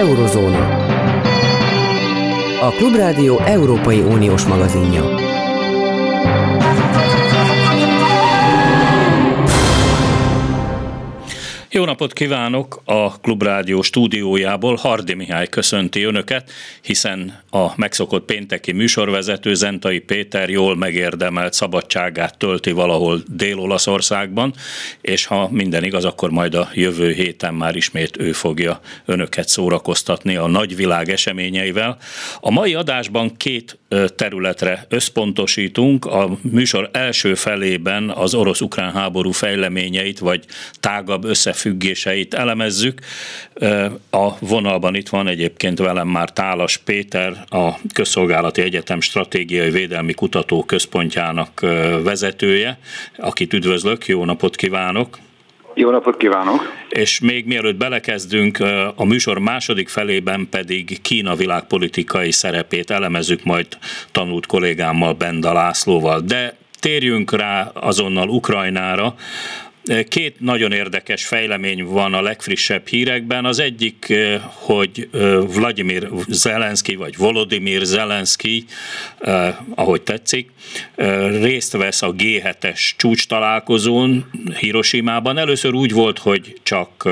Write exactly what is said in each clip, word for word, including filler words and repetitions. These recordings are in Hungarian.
Eurozóna. A Klubrádió Európai Uniós magazinja. Jó napot kívánok! A Klubrádió stúdiójából Hardy Mihály köszönti Önöket, hiszen a megszokott pénteki műsorvezető Zentai Péter jól megérdemelt szabadságát tölti valahol Dél-Olaszországban, és ha minden igaz, akkor majd a jövő héten már ismét ő fogja Önöket szórakoztatni a nagyvilág eseményeivel. A mai adásban két területre összpontosítunk. A műsor első felében az orosz-ukrán háború fejleményeit, vagy tágabb összefüggéseit elemezzük. A vonalban itt van egyébként velem már Tálas Péter, a Közszolgálati Egyetem Stratégiai Védelmi Kutató Központjának vezetője, akit üdvözlök, jó napot kívánok! Jó napot kívánok! És még mielőtt belekezdünk, a műsor második felében pedig Kína világpolitikai szerepét elemezzük majd tanult kollégámmal, Benda Lászlóval. De térjünk rá azonnal Ukrajnára. Két nagyon érdekes fejlemény van a legfrissebb hírekben. Az egyik, hogy Vladimir Zelenszky, vagy Volodymyr Zelenszky, ahogy tetszik, részt vesz a gé hetes csúcs találkozón Hiroshimában. Először úgy volt, hogy csak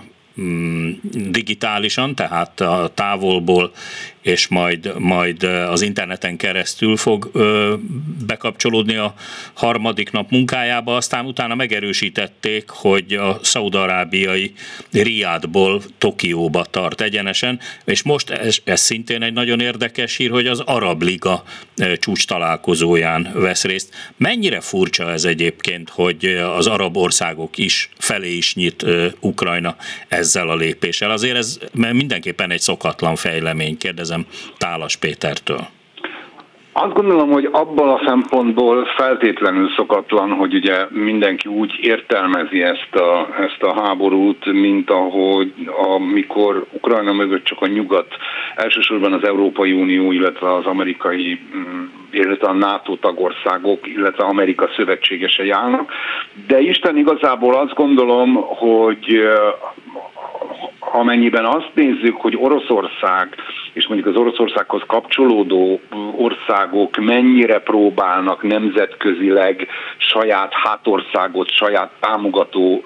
digitálisan, tehát a távolból, és majd, majd az interneten keresztül fog ö, bekapcsolódni a harmadik nap munkájába, aztán utána megerősítették, hogy a szaúd-arábiai Riadból Tokióba tart egyenesen, és most ez, ez szintén egy nagyon érdekes hír, hogy az Arab Liga csúcs találkozóján vesz részt. Mennyire furcsa ez egyébként, hogy az arab országok is felé is nyit ö, Ukrajna ezzel a lépéssel? Azért ez mindenképpen egy szokatlan fejlemény, kérdezem Tálas Pétertől. Azt gondolom, hogy abban a szempontból feltétlenül szokatlan, hogy ugye mindenki úgy értelmezi ezt a, ezt a háborút, mint ahogy amikor Ukrajna mögött csak a nyugat, elsősorban az Európai Unió, illetve az amerikai, illetve a NATO tagországok, illetve Amerika szövetségesei állnak. De Isten igazából azt gondolom, hogy amennyiben azt nézzük, hogy Oroszország és mondjuk az Oroszországhoz kapcsolódó országok mennyire próbálnak nemzetközileg saját hátországot, saját támogató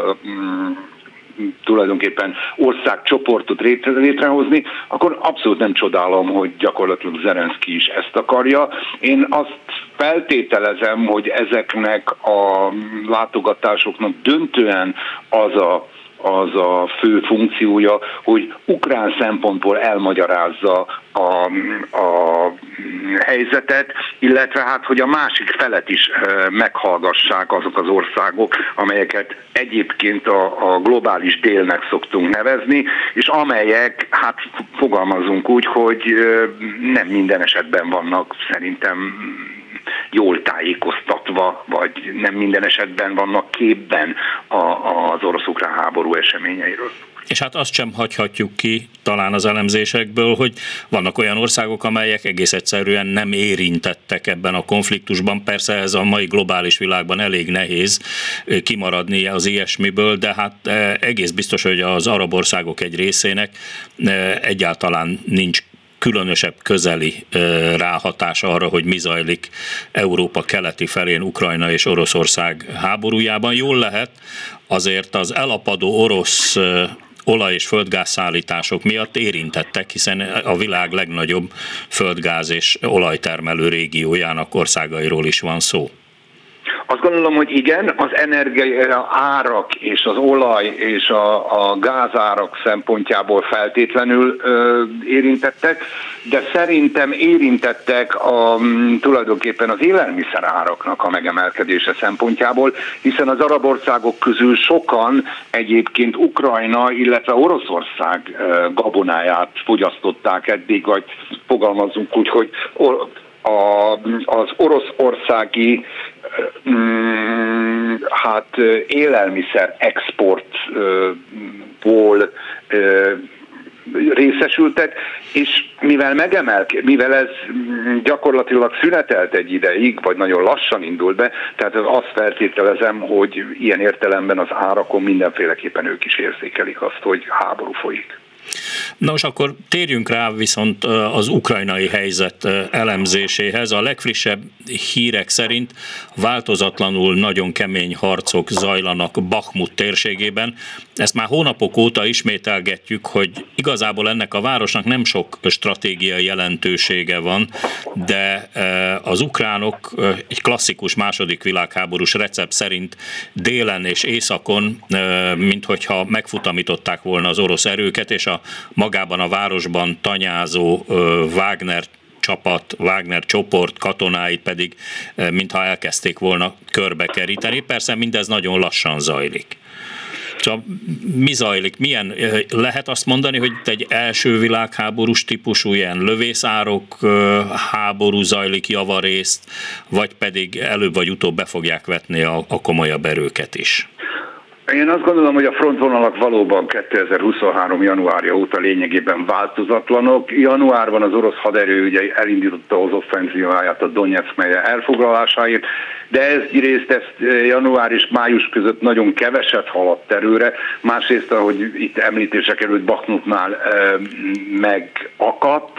tulajdonképpen országcsoportot létrehozni, akkor abszolút nem csodálom, hogy gyakorlatilag Zelenszky is ezt akarja. Én azt feltételezem, hogy ezeknek a látogatásoknak döntően az a az a fő funkciója, hogy ukrán szempontból elmagyarázza a, a helyzetet, illetve hát, hogy a másik felet is meghallgassák azok az országok, amelyeket egyébként a, a globális délnek szoktunk nevezni, és amelyek, hát fogalmazunk úgy, hogy nem minden esetben vannak szerintem jól tájékoztatva, vagy nem minden esetben vannak képben a, az orosz-ukrán háború eseményeiről. És hát azt sem hagyhatjuk ki talán az elemzésekből, hogy vannak olyan országok, amelyek egész egyszerűen nem érintettek ebben a konfliktusban. Persze ez a mai globális világban elég nehéz kimaradni az ilyesmiből, de hát egész biztos, hogy az arab országok egy részének egyáltalán nincs különösebb közeli ráhatás arra, hogy mi zajlik Európa keleti felén Ukrajna és Oroszország háborújában. Jól lehet, azért az elapadó orosz olaj- és földgázszállítások miatt érintettek, hiszen a világ legnagyobb földgáz- és olajtermelő régiójának országairól is van szó. Azt gondolom, hogy igen, az energia árak és az olaj és a, a gázárak szempontjából feltétlenül ö, érintettek, de szerintem érintettek a, tulajdonképpen az élelmiszer áraknak a megemelkedése szempontjából, hiszen az arab országok közül sokan egyébként Ukrajna, illetve Oroszország gabonáját fogyasztották eddig, vagy fogalmazunk úgy, hogy a, az oroszországi hát élelmiszer exportból részesültek, és mivel megemelke, mivel ez gyakorlatilag szünetelt egy ideig, vagy nagyon lassan indult be, tehát azt feltételezem, hogy ilyen értelemben az árakon mindenféleképpen ők is érzékelik azt, hogy háború folyik. Na most akkor térjünk rá viszont az ukrajnai helyzet elemzéséhez. A legfrissebb hírek szerint változatlanul nagyon kemény harcok zajlanak Bakhmut térségében. Ezt már hónapok óta ismételgetjük, hogy igazából ennek a városnak nem sok stratégiai jelentősége van, de az ukránok egy klasszikus második világháborús recept szerint délen és északon, minthogyha megfutamították volna az orosz erőket, és a magában a városban tanyázó Wagner csapat, Wagner csoport katonáit pedig mintha elkezdték volna körbekeríteni. Persze mindez nagyon lassan zajlik. Csak mi zajlik? Milyen, lehet azt mondani, hogy itt egy első világháborús típusú ilyen lövészárok háború zajlik javarészt, vagy pedig előbb vagy utóbb be fogják vetni a, a komolyabb erőket is? Én azt gondolom, hogy a frontvonalak valóban kétezer-huszonhárom. januárja óta lényegében változatlanok. Januárban az orosz haderő ugye elindította az offenzíváját a Donetsz megye elfoglalásáért, de ez egyrészt ezt január és május között nagyon keveset haladt erőre, másrészt, ahogy itt említése került, Bakhmutnál megakadt.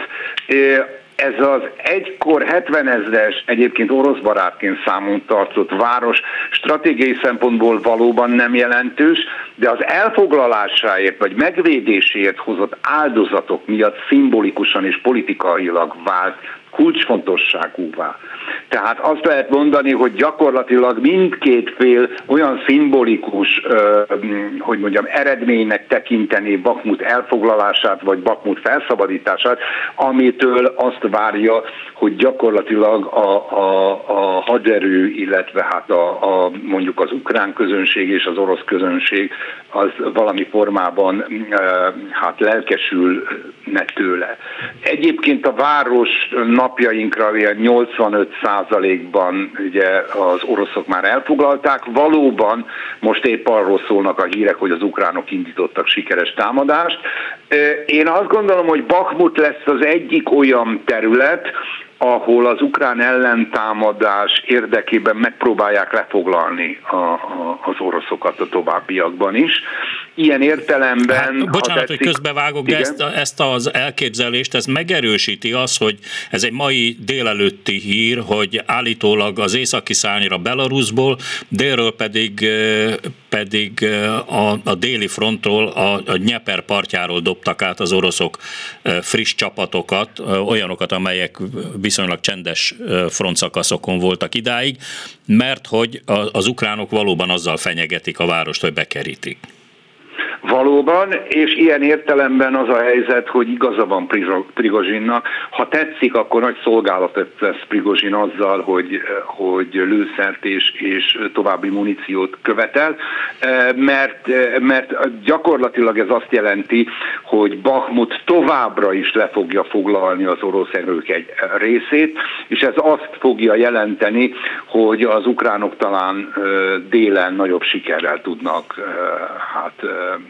Ez az egykor hetvenezres, egyébként orosz barátként számon tartott város stratégiai szempontból valóban nem jelentős, de az elfoglalásáért vagy megvédéséért hozott áldozatok miatt szimbolikusan és politikailag vált kulcsfontosságúvá. Tehát azt lehet mondani, hogy gyakorlatilag mindkét fél olyan szimbolikus, hogy mondjam, eredménynek tekinteni Bakhmut elfoglalását, vagy Bakhmut felszabadítását, amitől azt várja, hogy gyakorlatilag a, a, a haderő, illetve hát a, a, mondjuk az ukrán közönség és az orosz közönség az valami formában hát lelkesülne tőle. Egyébként a város napjainkra nyolcvanöt százalékban ugye az oroszok már elfoglalták. Valóban most épp arról szólnak a hírek, hogy az ukránok indítottak sikeres támadást. Én azt gondolom, hogy Bakhmut lesz az egyik olyan terület, ahol az ukrán ellentámadás érdekében megpróbálják lefoglalni a, a, az oroszokat a továbbiakban is. Ilyen értelemben... Hát, bocsánat, tetszik, hogy közbevágok, de ezt, ezt az elképzelést, ez megerősíti az, hogy ez egy mai délelőtti hír, hogy állítólag az északi szárnyra Belarusból, délről pedig, pedig a, a déli frontról, a, a Dnyeper partjáról dobtak át az oroszok friss csapatokat, olyanokat, amelyek viszonylag csendes frontszakaszokon voltak idáig, mert hogy az ukránok valóban azzal fenyegetik a várost, hogy bekerítik. Valóban, és ilyen értelemben az a helyzet, hogy igaza van Prigozsinnak. Ha tetszik, akkor nagy szolgálatot tesz Prigozsin azzal, hogy, hogy lőszert és, és további muníciót követel, mert, mert gyakorlatilag ez azt jelenti, hogy Bakhmut továbbra is le fogja foglalni az orosz erők egy részét, és ez azt fogja jelenteni, hogy az ukránok talán délen nagyobb sikerrel tudnak hát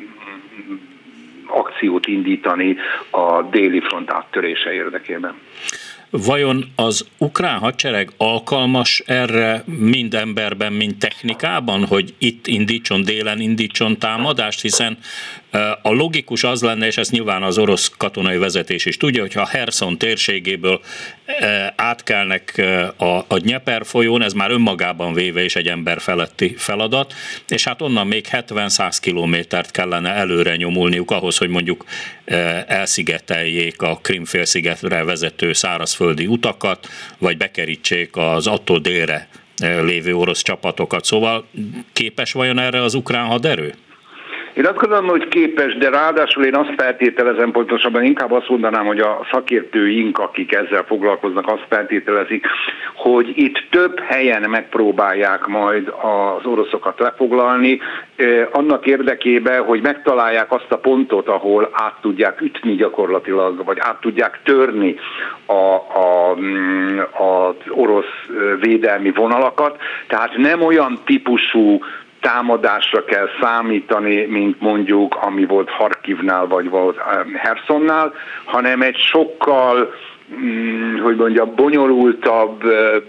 akciót indítani a déli front áttörése érdekében. Vajon az ukrán hadsereg alkalmas erre mind emberben, mind technikában, hogy itt indítson, délen indítson támadást, hiszen a logikus az lenne, és ezt nyilván az orosz katonai vezetés is tudja, hogyha Herson térségéből átkelnek a, a Dnyeper folyón, ez már önmagában véve is egy ember feletti feladat, és hát onnan még hetven-száz kilométert kellene előre nyomulniuk ahhoz, hogy mondjuk elszigeteljék a Krím-félszigetre vezető szárazföldi utakat, vagy bekerítsék az attól délre lévő orosz csapatokat. Szóval képes vajon erre az ukrán haderő? Én azt gondolom, hogy képes, de ráadásul én azt feltételezem, pontosabban inkább azt mondanám, hogy a szakértőink, akik ezzel foglalkoznak, azt feltételezik, hogy itt több helyen megpróbálják majd az oroszokat lefoglalni, annak érdekében, hogy megtalálják azt a pontot, ahol át tudják ütni gyakorlatilag, vagy át tudják törni a, a, az orosz védelmi vonalakat. Tehát nem olyan típusú támadásra kell számítani, mint mondjuk, ami volt Harkivnál, vagy volt Hersonnál, hanem egy sokkal hogy mondjam, bonyolultabb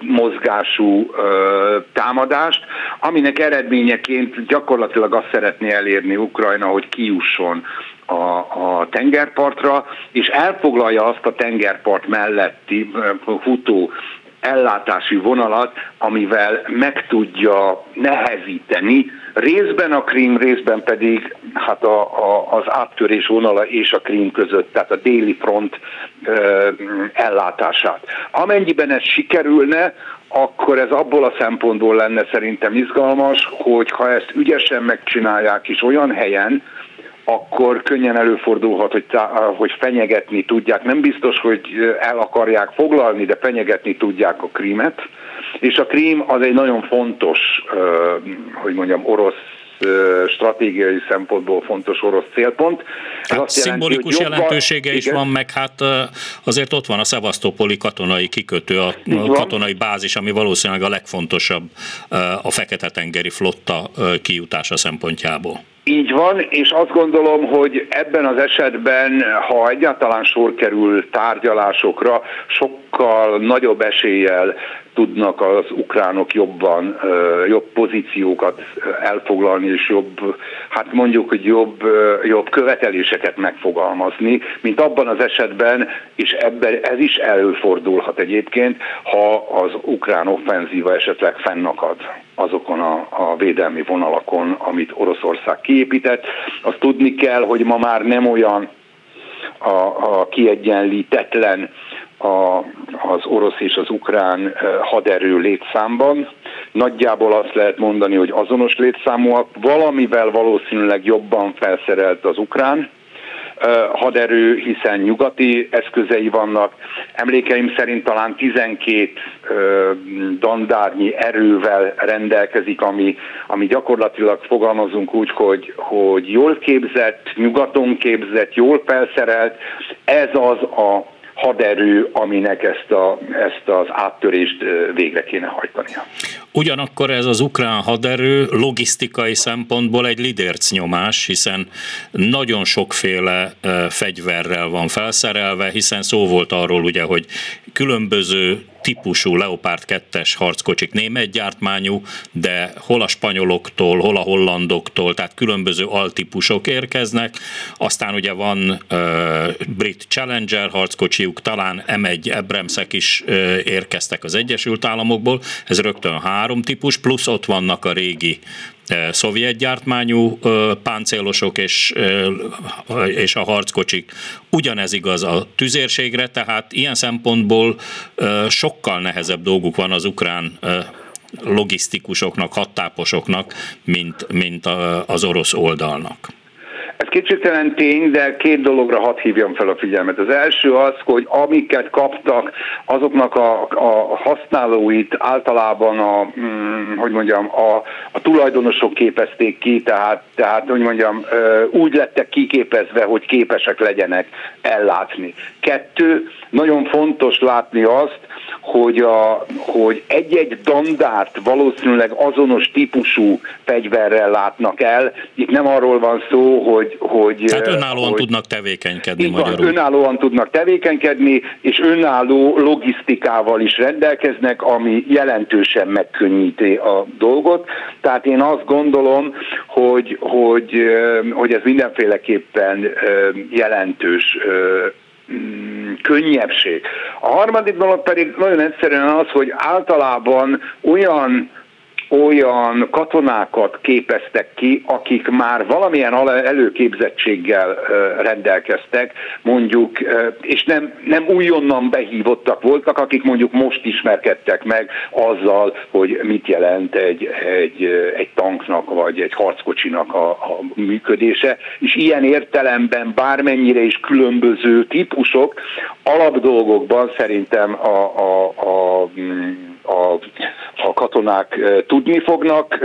mozgású támadást, aminek eredményeként gyakorlatilag azt szeretné elérni Ukrajna, hogy kijusson a, a tengerpartra, és elfoglalja azt a tengerpart melletti futó ellátási vonalat, amivel meg tudja nehezíteni részben a Krím, részben pedig hát a, a, az áttörés vonala és a Krím között, tehát a déli front ö, ellátását. Amennyiben ez sikerülne, akkor ez abból a szempontból lenne szerintem izgalmas, hogy ha ezt ügyesen megcsinálják is olyan helyen, akkor könnyen előfordulhat, hogy, hogy fenyegetni tudják. Nem biztos, hogy el akarják foglalni, de fenyegetni tudják a Krímet. És a Krím az egy nagyon fontos, hogy mondjam, orosz stratégiai szempontból fontos orosz célpont. Hát azt szimbolikus jelenti, jelentősége is igen. van, meg hát azért ott van a szevasztopoli katonai kikötő, a katonai bázis, ami valószínűleg a legfontosabb a Fekete-tengeri flotta kijutása szempontjából. Így van, és azt gondolom, hogy ebben az esetben, ha egyáltalán sor kerül tárgyalásokra, sokkal nagyobb eséllyel tudnak az ukránok jobban, jobb pozíciókat elfoglalni, és jobb, hát mondjuk, hogy jobb, jobb követeléseket megfogalmazni, mint abban az esetben, és ebben ez is előfordulhat egyébként, ha az ukrán offenzíva esetleg fennakad azokon a, a védelmi vonalakon, amit Oroszország kiépített. Azt tudni kell, hogy ma már nem olyan a, a kiegyenlítetlen a, az orosz és az ukrán haderő létszámban. Nagyjából azt lehet mondani, hogy azonos létszámúak, valamivel valószínűleg jobban felszerelt az ukrán haderő, hiszen nyugati eszközei vannak. Emlékeim szerint talán tizenkét dandárnyi erővel rendelkezik, ami, ami gyakorlatilag fogalmazunk úgy, hogy, hogy jól képzett, nyugaton képzett, jól felszerelt. Ez az a haderő, aminek ezt, a, ezt az áttörést végre kéne hajtania. Ugyanakkor ez az ukrán haderő logisztikai szempontból egy lidércnyomás, hiszen nagyon sokféle fegyverrel van felszerelve, hiszen szó volt arról ugye, hogy különböző típusú Leopard kettes harckocsik német gyártmányú, de hol a spanyoloktól, hol a hollandoktól, tehát különböző altípusok érkeznek. Aztán ugye van uh, brit Challenger harckocsiuk, talán em egy Abramsek is uh, érkeztek az Egyesült Államokból, ez rögtön három típus, plusz ott vannak a régi szovjet gyártmányú páncélosok és, és a harckocsik. Ugyanez igaz a tüzérségre, tehát ilyen szempontból sokkal nehezebb dolguk van az ukrán logisztikusoknak, hadtáposoknak, mint, mint az orosz oldalnak. Ez kétségtelen tény, de két dologra hadd hívjam fel a figyelmet. Az első az, hogy amiket kaptak, azoknak a, a használóit általában a, hm, hogy mondjam, a, a tulajdonosok képezték ki, tehát, tehát hogy mondjam, úgy lettek kiképezve, hogy képesek legyenek ellátni. Kettő, nagyon fontos látni azt, hogy, a, hogy egy-egy dandárt valószínűleg azonos típusú fegyverrel látnak el. Itt nem arról van szó, hogy... hogy Tehát önállóan hogy, tudnak tevékenykedni magyarul. Önállóan tudnak tevékenykedni, és önálló logisztikával is rendelkeznek, ami jelentősen megkönnyíti a dolgot. Tehát én azt gondolom, hogy, hogy, hogy ez mindenféleképpen jelentős könnyebbség. A harmadik dolog pedig nagyon egyszerűen az, hogy általában olyan olyan katonákat képeztek ki, akik már valamilyen előképzettséggel rendelkeztek, mondjuk, és nem, nem újonnan behívottak voltak, akik mondjuk most ismerkedtek meg azzal, hogy mit jelent egy, egy, egy tanknak vagy egy harckocsinak a, a működése, és ilyen értelemben bármennyire is különböző típusok, alapdolgokban szerintem a, a, a, a, a katonák tudni fognak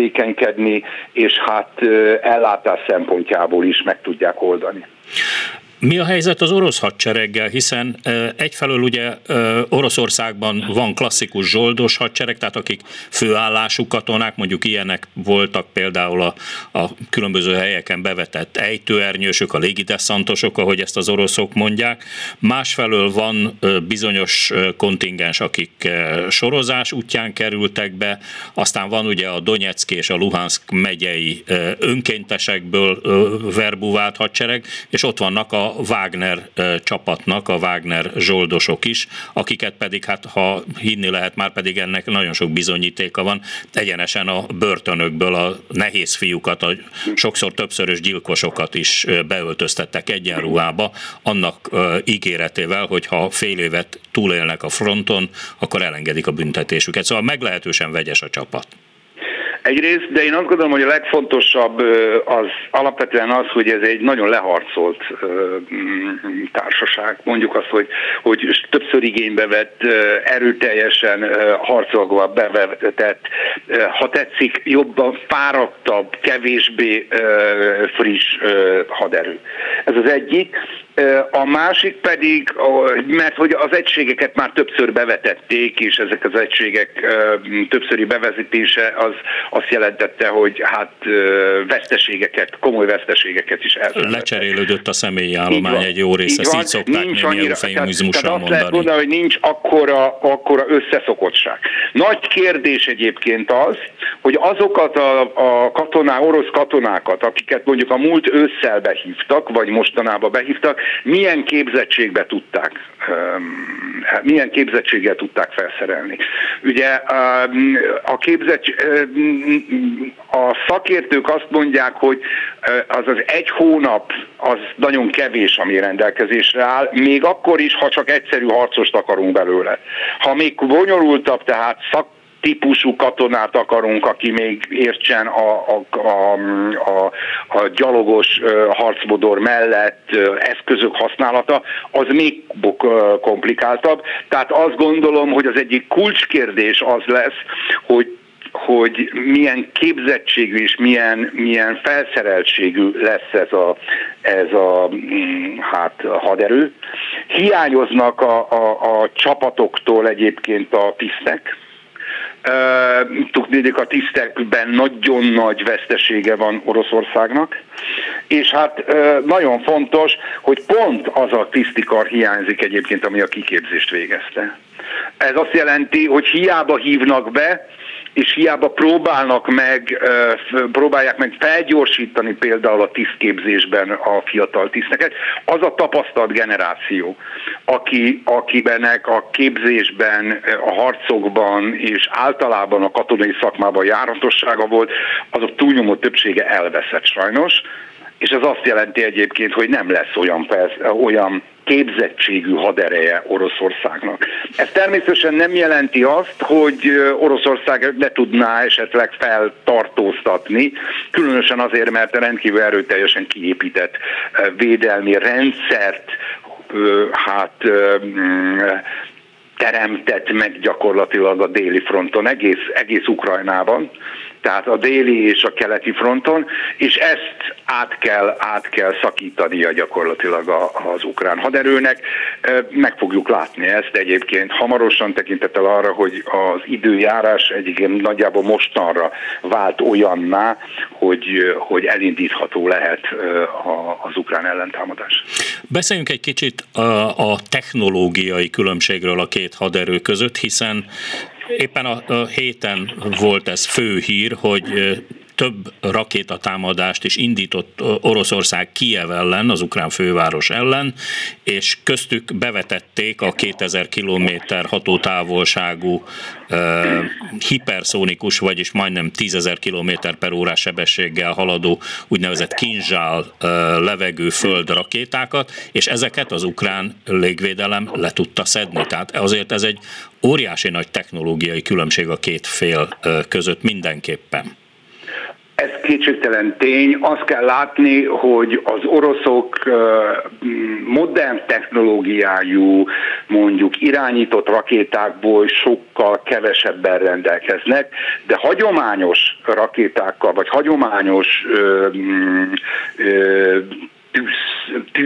tevékenykedni, és hát ellátás szempontjából is meg tudják oldani. Mi a helyzet az orosz hadsereggel, hiszen egyfelől ugye Oroszországban van klasszikus zsoldos hadsereg, tehát akik főállású katonák, mondjuk ilyenek voltak például a, a különböző helyeken bevetett ejtőernyősök, a légidesszantosok, ahogy ezt az oroszok mondják. Másfelől van bizonyos kontingens, akik sorozás útján kerültek be, aztán van ugye a Donyeck és a Luhanszk megyei önkéntesekből verbuvált hadsereg, és ott vannak a Wagner csapatnak, a Wagner zsoldosok is, akiket pedig, hát ha hinni lehet, már pedig ennek nagyon sok bizonyítéka van, egyenesen a börtönökből a nehéz fiúkat, a sokszor többszörös gyilkosokat is beöltöztettek egyenruhába, annak ígéretével, hogy ha fél évet túlélnek a fronton, akkor elengedik a büntetésüket. Szóval meglehetősen vegyes a csapat. Egyrészt, de én azt gondolom, hogy a legfontosabb az alapvetően az, hogy ez egy nagyon leharcolt társaság. Mondjuk azt, hogy, hogy többször igénybe vett, erőteljesen harcolva bevetett, ha tetszik, jobban fáradtabb, kevésbé friss haderő. Ez az egyik. A másik pedig, mert hogy az egységeket már többször bevetették, és ezek az egységek többszöri bevezetése az azt jelentette, hogy hát veszteségeket, komoly veszteségeket is elszenvedtek. Lecserélődött a személyi állomány egy jó része, így, így szokták némi eufemizmussal mondani. Azt lehet mondani, hogy nincs akkora, akkora összeszokottság. Nagy kérdés egyébként az, hogy azokat a, a katoná, orosz katonákat, akiket mondjuk a múlt ősszel behívtak, vagy mostanában behívtak, milyen képzettségbe tudták, milyen képzettséggel tudták felszerelni. Ugye a képzettség, a szakértők azt mondják, hogy az az egy hónap az nagyon kevés, ami rendelkezésre áll, még akkor is, ha csak egyszerű harcost akarunk belőle. Ha még bonyolultabb, tehát szak típusú katonát akarunk, aki még értsen a, a, a, a, a gyalogos harcmodor mellett eszközök használata, az még komplikáltabb. Tehát azt gondolom, hogy az egyik kulcskérdés az lesz, hogy hogy milyen képzettségű és milyen, milyen felszereltségű lesz ez a, ez a hát, haderő. Hiányoznak a, a, a csapatoktól egyébként a tisztek. Uh, tudnék, a tisztekben nagyon nagy vesztesége van Oroszországnak, és hát uh, nagyon fontos, hogy pont az a tisztikar hiányzik egyébként, ami a kiképzést végezte. Ez azt jelenti, hogy hiába hívnak be, és hiába próbálnak meg, próbálják meg felgyorsítani például a tisztképzésben a fiatal tiszteket, az a tapasztalt generáció, aki, akibenek a képzésben, a harcokban és általában a katonai szakmában járatossága volt, azok túlnyomó többsége elveszett sajnos, és ez azt jelenti egyébként, hogy nem lesz olyan, olyan képzettségű hadereje Oroszországnak. Ez természetesen nem jelenti azt, hogy Oroszország ne tudná esetleg feltartóztatni, különösen azért, mert rendkívül erőteljesen kiépített védelmi rendszert hát teremtett meg gyakorlatilag a déli fronton, egész, egész Ukrajnában, tehát a déli és a keleti fronton, és ezt át kell, át kell szakítania gyakorlatilag az ukrán haderőnek. Meg fogjuk látni ezt egyébként hamarosan, tekintettel arra, hogy az időjárás egyébként nagyjából mostanra vált olyanná, hogy, hogy elindítható lehet az ukrán ellentámadás. Beszéljünk egy kicsit a, a technológiai különbségről a két haderő között, hiszen éppen a, a héten volt ez főhír, hogy több rakétatámadást is indított Oroszország Kijev ellen, az ukrán főváros ellen, és köztük bevetették a kétezer kilométer hatótávolságú uh, hiperszónikus, vagyis majdnem tízezer kilométer per órás sebességgel haladó úgynevezett kinzsál uh, levegő föld rakétákat, és ezeket az ukrán légvédelem le tudta szedni. Tehát azért ez egy óriási nagy technológiai különbség a két fél uh, között mindenképpen. Ez kétségtelen tény. Azt kell látni, hogy az oroszok modern technológiájú, mondjuk irányított rakétákból sokkal kevesebben rendelkeznek, de hagyományos rakétákkal, vagy hagyományos ö, ö, tűz,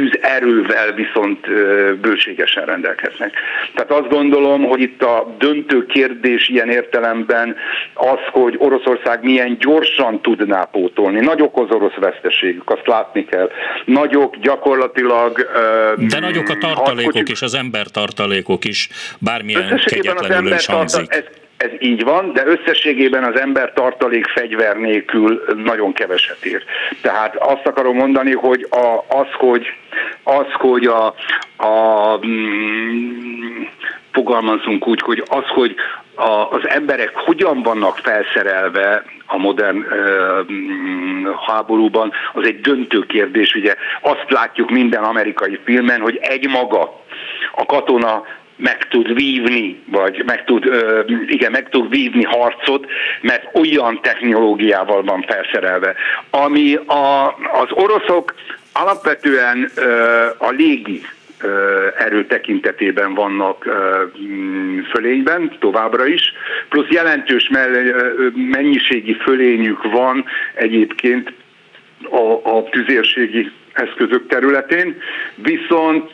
tűzerővel viszont bőségesen rendelkeznek. Tehát azt gondolom, hogy itt a döntő kérdés ilyen értelemben az, hogy Oroszország milyen gyorsan tudná pótolni. Nagyok az orosz veszteségük, azt látni kell. Nagyok gyakorlatilag... De nagyok a tartalékok és az embertartalékok is, bármilyen kegyetlenül is hangzik. Ez, ez így van, de összességében az ember tartalék fegyver nélkül nagyon keveset ér. Tehát azt akarom mondani, hogy a, az, hogy, az, hogy a, a mm, fogalmazunk úgy, hogy az, hogy a, az emberek hogyan vannak felszerelve a modern ö, háborúban, az egy döntő kérdés. Ugye azt látjuk minden amerikai filmen, hogy egymaga a katona meg tud vívni, vagy meg tud, igen, meg tud vívni harcot, mert olyan technológiával van felszerelve. Ami a, az oroszok alapvetően a légi erő tekintetében vannak fölényben, továbbra is, plusz jelentős mennyiségi fölényük van egyébként a, a tüzérségi eszközök területén, viszont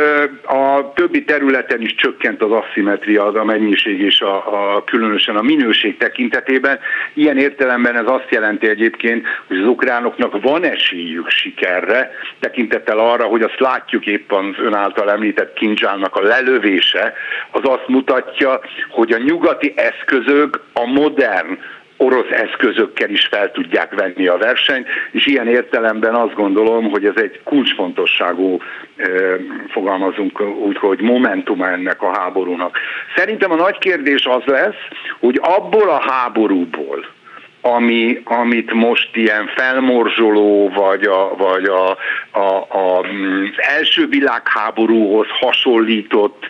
a többi területen is csökkent az asszimetria, az a mennyiség és a, a különösen a minőség tekintetében. Ilyen értelemben ez azt jelenti egyébként, hogy az ukránoknak van esélyük sikerre, tekintettel arra, hogy azt látjuk éppen az ön által említett Kindzsálnak a lelövése, az azt mutatja, hogy a nyugati eszközök a modern orosz eszközökkel is fel tudják venni a versenyt, és ilyen értelemben azt gondolom, hogy ez egy kulcsfontosságú, fogalmazunk úgy, hogy momentuma ennek a háborúnak. Szerintem a nagy kérdés az lesz, hogy abból a háborúból, ami, amit most ilyen felmorzsoló, vagy, a, vagy a, a, a, az első világháborúhoz hasonlított,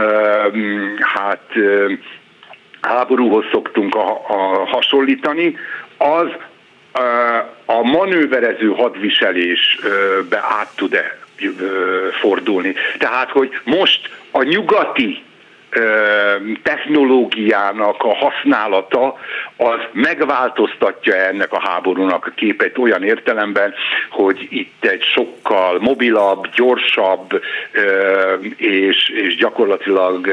hát háborúhoz szoktunk a, a hasonlítani, az a manőverező hadviselésbe át tud-e fordulni. Tehát, hogy most a nyugati technológiának a használata az megváltoztatja ennek a háborúnak a képet olyan értelemben, hogy itt egy sokkal mobilabb, gyorsabb és, és gyakorlatilag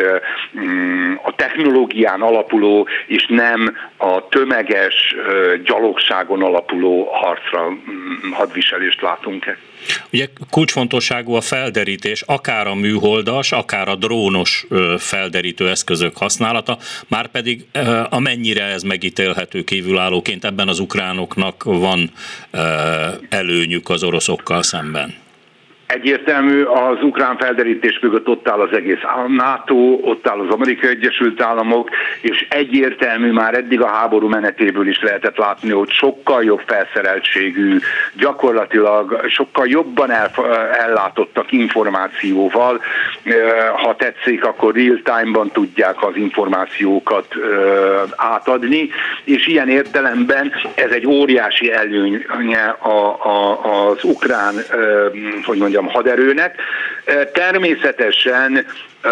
a technológián alapuló és nem a tömeges gyalogságon alapuló harcra, hadviselést látunk-e. Ugye kulcsfontosságú a felderítés, akár a műholdas, akár a drónos felderítő eszközök használata, márpedig amennyire ez megítélhető kívülállóként, ebben az ukránoknak van előnyük az oroszokkal szemben. Egyértelmű, az ukrán felderítés mögött ott áll az egész NATO, ott áll az Amerikai Egyesült Államok, és egyértelmű már eddig a háború menetéből is lehetett látni, hogy sokkal jobb felszereltségű, gyakorlatilag sokkal jobban el, ellátottak információval, ha tetszik, akkor real time-ban tudják az információkat átadni, és ilyen értelemben ez egy óriási előnye a, a, az ukrán, hogy mondjam, haderőnek. Természetesen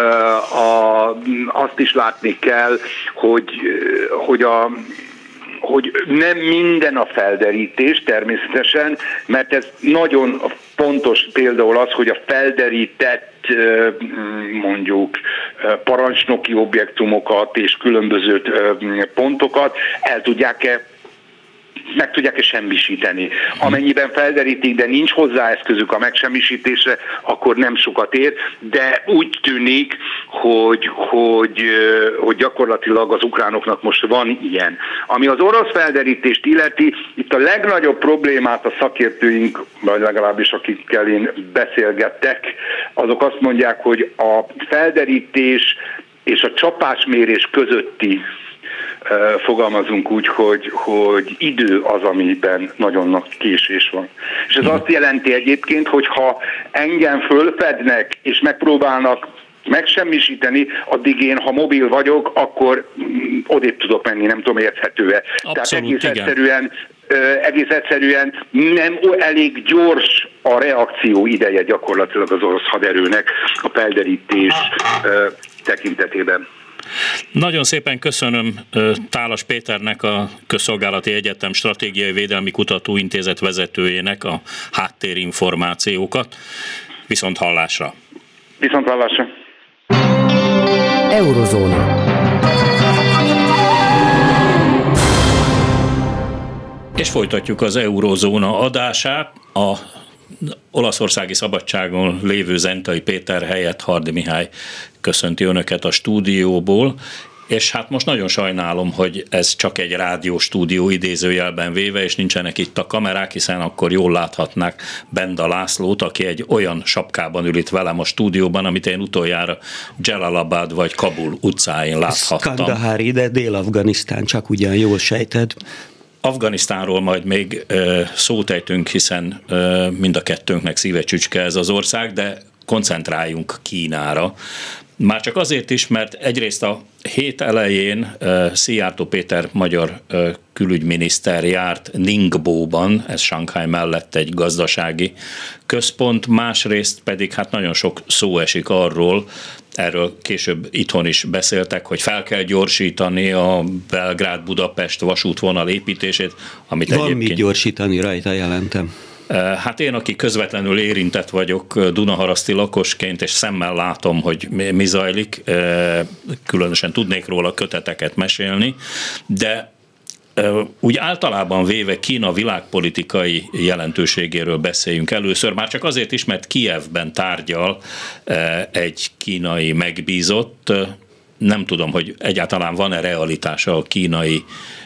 a, azt is látni kell, hogy, hogy a hogy nem minden a felderítés természetesen, mert ez nagyon fontos például az, hogy a felderített mondjuk parancsnoki objektumokat és különböző pontokat el tudják-e meg tudják-e semmisíteni. Amennyiben felderítik, de nincs hozzá eszközük a megsemmisítésre, akkor nem sokat ér, de úgy tűnik, hogy, hogy, hogy gyakorlatilag az ukránoknak most van ilyen. Ami az orosz felderítést illeti, itt a legnagyobb problémát a szakértőink, vagy legalábbis akikkel én beszélgettek, azok azt mondják, hogy a felderítés és a csapásmérés közötti fogalmazunk úgy, hogy, hogy idő az, amiben nagyon nagy késés van. És ez azt jelenti egyébként, hogy ha engem fölfednek és megpróbálnak megsemmisíteni, addig én, ha mobil vagyok, akkor odébb tudok menni, nem tudom, érthető-e. Abszolút, Tehát egész igen. egyszerűen, egész egyszerűen nem elég gyors a reakció ideje gyakorlatilag az orosz haderőnek a felderítés tekintetében. Nagyon szépen köszönöm Tálas Péternek, a Közszolgálati Egyetem Stratégiai Védelmi Kutatóintézet vezetőjének a háttérinformációkat. Viszont hallásra! Viszont hallásra! Eurozóna. És folytatjuk az Eurozóna adását. A olaszországi szabadságon lévő Zentai Péter helyett Hardy Mihály köszönti önöket a stúdióból, és hát most nagyon sajnálom, hogy ez csak egy rádióstúdió idézőjelben véve, és nincsenek itt a kamerák, hiszen akkor jól láthatnák Benda Lászlót, aki egy olyan sapkában ül itt velem a stúdióban, amit én utoljára Jalalabad vagy Kabul utcáin láthattam. Kandahári, de Dél-Afganisztán, csak ugyan jól sejted. Afganisztánról majd még ö, szót ejtünk, hiszen ö, mind a kettőnknek szívecsücske ez az ország, de koncentráljunk Kínára. Már csak azért is, mert egyrészt a hét elején uh, Szijjártó Péter magyar uh, külügyminiszter járt Ningbo-ban, ez Sanghaj mellett egy gazdasági központ, másrészt pedig hát nagyon sok szó esik arról, erről később itthon is beszéltek, hogy fel kell gyorsítani a Belgrád-Budapest vasútvonal építését, amit Van egyébként... mit gyorsítani rajta, jelentem. Hát én, aki közvetlenül érintett vagyok Dunaharaszti lakosként, és szemmel látom, hogy mi zajlik, különösen tudnék róla köteteket mesélni, de úgy általában véve Kína világpolitikai jelentőségéről beszéljünk először, már csak azért is, mert Kijevben tárgyal egy kínai megbízott, nem tudom, hogy egyáltalán van-e realitása a kínai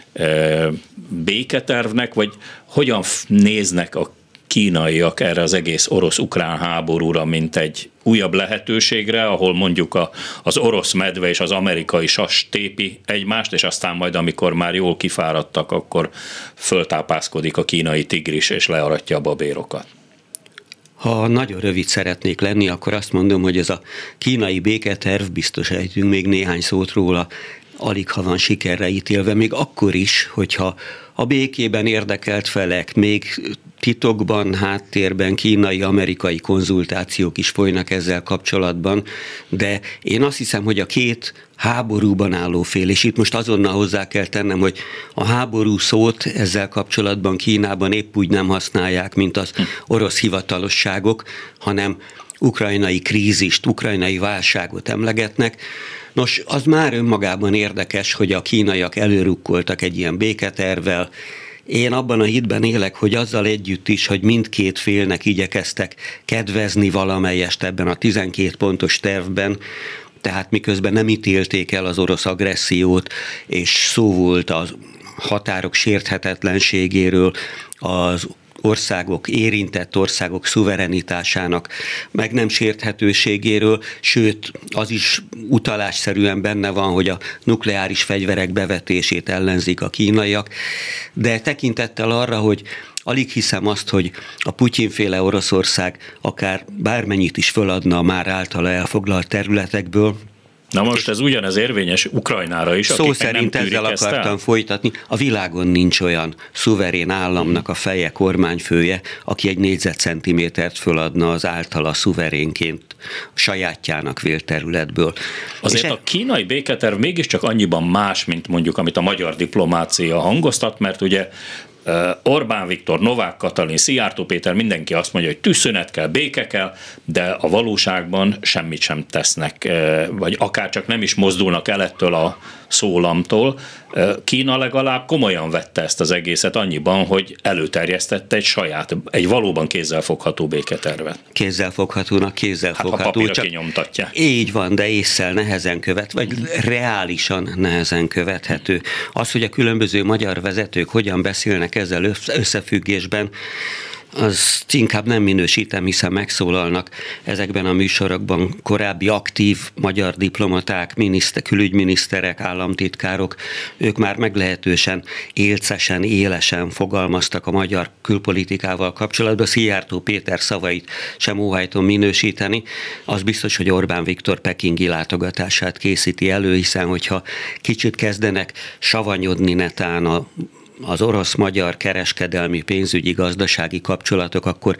béketervnek, vagy hogyan néznek a kínaiak erre az egész orosz-ukrán háborúra, mint egy újabb lehetőségre, ahol mondjuk a, az orosz medve és az amerikai sas tépi egymást, és aztán majd, amikor már jól kifáradtak, akkor föltápászkodik a kínai tigris, és learatja a babérokat. Ha nagyon rövid szeretnék lenni, akkor azt mondom, hogy ez a kínai béketerv, biztos ejtünk még néhány szót róla, alig ha van sikerre ítélve, még akkor is, hogyha a békében érdekelt felek, még titokban, háttérben kínai-amerikai konzultációk is folynak ezzel kapcsolatban, de én azt hiszem, hogy a két háborúban álló fél, és itt most azonnal hozzá kell tennem, hogy a háború szót ezzel kapcsolatban Kínában épp úgy nem használják, mint az orosz hivatalosságok, hanem ukrajnai krízist, ukrajnai válságot emlegetnek. Nos, az már önmagában érdekes, hogy a kínaiak előrukkoltak egy ilyen béketervvel. Én abban a hitben élek, hogy azzal együtt is, hogy mindkét félnek igyekeztek kedvezni valamelyest ebben a tizenkét pontos tervben, tehát miközben nem ítélték el az orosz agressziót, és szó volt a határok sérthetetlenségéről, az országok, érintett országok szuverenitásának meg nem sérthetőségéről, sőt, az is utalásszerűen benne van, hogy a nukleáris fegyverek bevetését ellenzik a kínaiak, de tekintettel arra, hogy alig hiszem azt, hogy a Putyin-féle Oroszország akár bármennyit is föladna a már általa elfoglalt területekből. Na most ez ugyanez érvényes Ukrajnára is, Szó szerint nem ezzel akartam folytatni. A világon nincs olyan szuverén államnak a feje, kormányfője, aki egy négyzetcentimétert föladna az általa szuverénként sajátjának vélt területből. Azért És a kínai béketerv mégiscsak annyiban más, mint mondjuk amit a magyar diplomácia hangoztat, mert ugye Orbán Viktor, Novák Katalin, Szijjártó Péter, mindenki azt mondja, hogy tűzszünet kell, béke kell, de a valóságban semmit sem tesznek, vagy akár csak nem is mozdulnak el ettől a szólamtól. Kína legalább komolyan vette ezt az egészet annyiban, hogy előterjesztette egy saját, egy valóban kézzelfogható béketervet. Kézzelfoghatónak kézzelfogható. Hát, ha papírra csak kinyomtatják. Így van, de ésszel nehezen követ, vagy reálisan nehezen követhető. Az, hogy a különböző magyar vezetők hogyan beszélnek ezzel összefüggésben, az inkább nem minősítem, hiszen megszólalnak ezekben a műsorokban korábbi aktív magyar diplomaták, miniszter, külügyminiszterek, államtitkárok, ők már meglehetősen élcesen, élesen fogalmaztak a magyar külpolitikával kapcsolatban. Szijjártó Péter szavait sem óhajtom minősíteni. Az biztos, hogy Orbán Viktor pekingi látogatását készíti elő, hiszen hogyha kicsit kezdenek savanyodni netán a az orosz-magyar kereskedelmi, pénzügyi, gazdasági kapcsolatok, akkor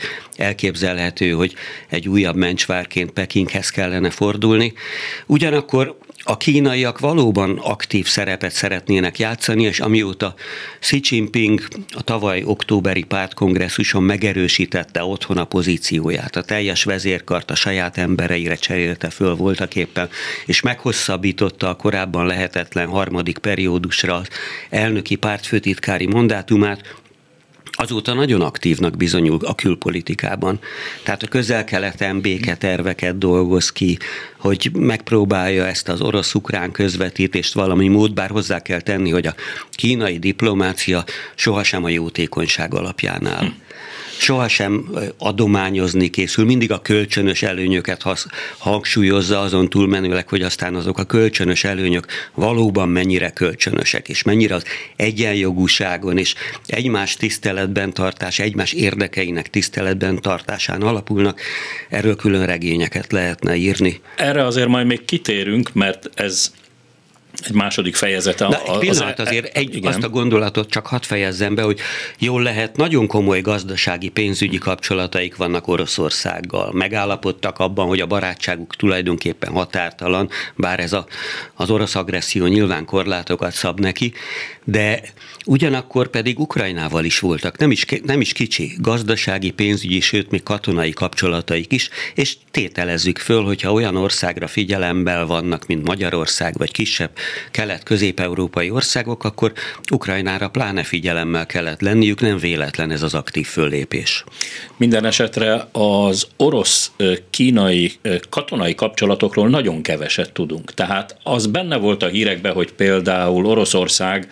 elképzelhető, hogy egy újabb mencsvárként Pekinghez kellene fordulni. Ugyanakkor a kínaiak valóban aktív szerepet szeretnének játszani, és amióta Xi Jinping a tavaly októberi pártkongresszuson megerősítette otthon a pozícióját, a teljes vezérkart a saját embereire cserélte föl voltaképpen, és meghosszabbította a korábban lehetetlen harmadik periódusra az elnöki pártfőtitkári mandátumát, azóta nagyon aktívnak bizonyul a külpolitikában. Tehát a Közel-Keleten béketerveket dolgoz ki, hogy megpróbálja ezt az orosz-ukrán közvetítést valami mód, bár hozzá kell tenni, hogy a kínai diplomácia sohasem a jótékonyság alapján áll. Sohasem adományozni készül, mindig a kölcsönös előnyöket hasz, hangsúlyozza, azon túlmenőleg, hogy aztán azok a kölcsönös előnyök valóban mennyire kölcsönösek, és mennyire az egyenjogúságon és egymás tiszteletben tartás, egymás érdekeinek tiszteletben tartásán alapulnak, erről külön regényeket lehetne írni. Erre azért majd még kitérünk, mert ez egy második fejezete. Na, egy pillanat az, azért egy, azt a gondolatot csak hadd fejezzem be, hogy jól lehet, nagyon komoly gazdasági, pénzügyi kapcsolataik vannak Oroszországgal. Megállapodtak abban, hogy a barátságuk tulajdonképpen határtalan, bár ez a, az orosz agresszió nyilván korlátokat szab neki, de ugyanakkor pedig Ukrajnával is voltak, nem is, nem is kicsi gazdasági, pénzügyi, sőt még katonai kapcsolataik is, és tételezzük föl, hogyha olyan országra figyelemmel vannak, mint Magyarország, vagy kisebb kelet-közép-európai országok, akkor Ukrajnára pláne figyelemmel kellett lenniük, nem véletlen ez az aktív föllépés. Minden esetre az orosz-kínai katonai kapcsolatokról nagyon keveset tudunk. Tehát az benne volt a hírekben, hogy például Oroszország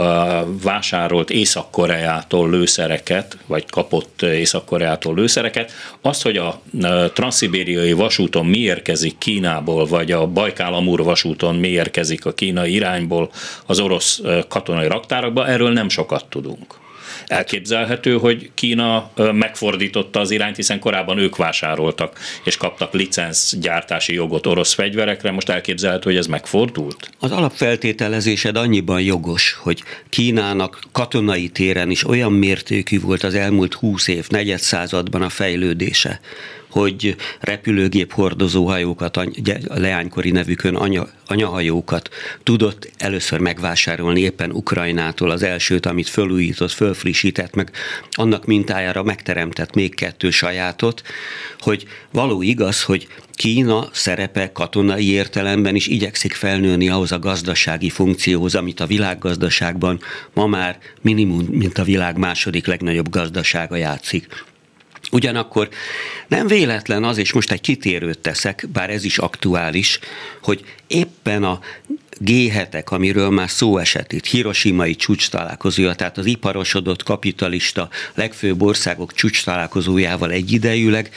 vásárolt Észak-Koreától lőszereket, vagy kapott Észak-Koreától lőszereket. Azt, hogy a transzszibériai vasúton mi érkezik Kínából, vagy a Bajkál-Amur vasúton mi érkezik a kínai irányból az orosz katonai raktárakba, erről nem sokat tudunk. Elképzelhető, hogy Kína megfordította az irányt, hiszen korábban ők vásároltak és kaptak licencgyártási jogot orosz fegyverekre, most elképzelhető, hogy ez megfordult? Az alapfeltételezésed annyiban jogos, hogy Kínának katonai téren is olyan mértékű volt az elmúlt húsz év, negyedszázadban a fejlődése, hogy repülőgép hordozóhajókat, a leánykori nevükön anya, anyahajókat tudott először megvásárolni éppen Ukrajnától, az elsőt, amit fölújított, fölfrissített, meg annak mintájára megteremtett még kettő sajátot, hogy való igaz, hogy Kína szerepe katonai értelemben is igyekszik felnőni ahhoz a gazdasági funkcióhoz, amit a világgazdaságban ma már minimum, mint a világ második legnagyobb gazdasága játszik. Ugyanakkor nem véletlen az, és most egy kitérőt teszek, bár ez is aktuális, hogy éppen a gé hetek, amiről már szó esett itt, hiroshimai csúcs találkozója, tehát az iparosodott kapitalista legfőbb országok csúcs találkozójával egyidejűleg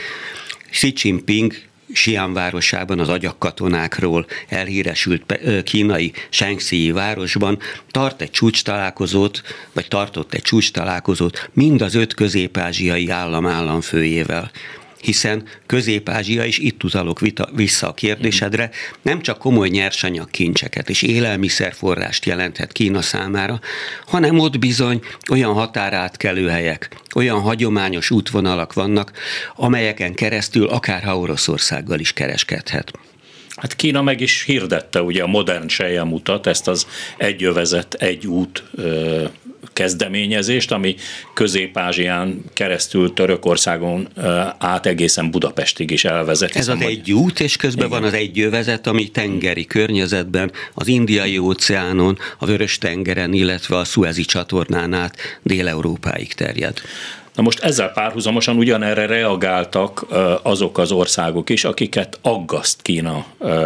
Xi Jinping Xi'an városában, az agyakkatonákról elhíresült kínai Shanxi városban tart egy csúcs találkozót, vagy tartott egy csúcs találkozót mind az öt közép-ázsiai állam államfőjével. Hiszen Közép-Ázsia, és itt utalok vissza a kérdésedre, nem csak komoly nyersanyagkincseket és élelmiszerforrást jelenthet Kína számára, hanem ott bizony olyan határátkelő helyek, olyan hagyományos útvonalak vannak, amelyeken keresztül akárha Oroszországgal is kereskedhet. Hát Kína meg is hirdette ugye a modern selyemútat, ezt az egy övezet, egy út ö, kezdeményezést, ami Közép-Ázsián keresztül Törökországon ö, át egészen Budapestig is elvezet. Ez az egy út, és közben igen, van az egy övezet, ami tengeri környezetben, az Indiai óceánon, a Vörös-tengeren, illetve a Szuezi csatornán át Dél-Európáig terjed. Na most ezzel párhuzamosan ugyanerre reagáltak azok az országok is, akiket aggaszt Kína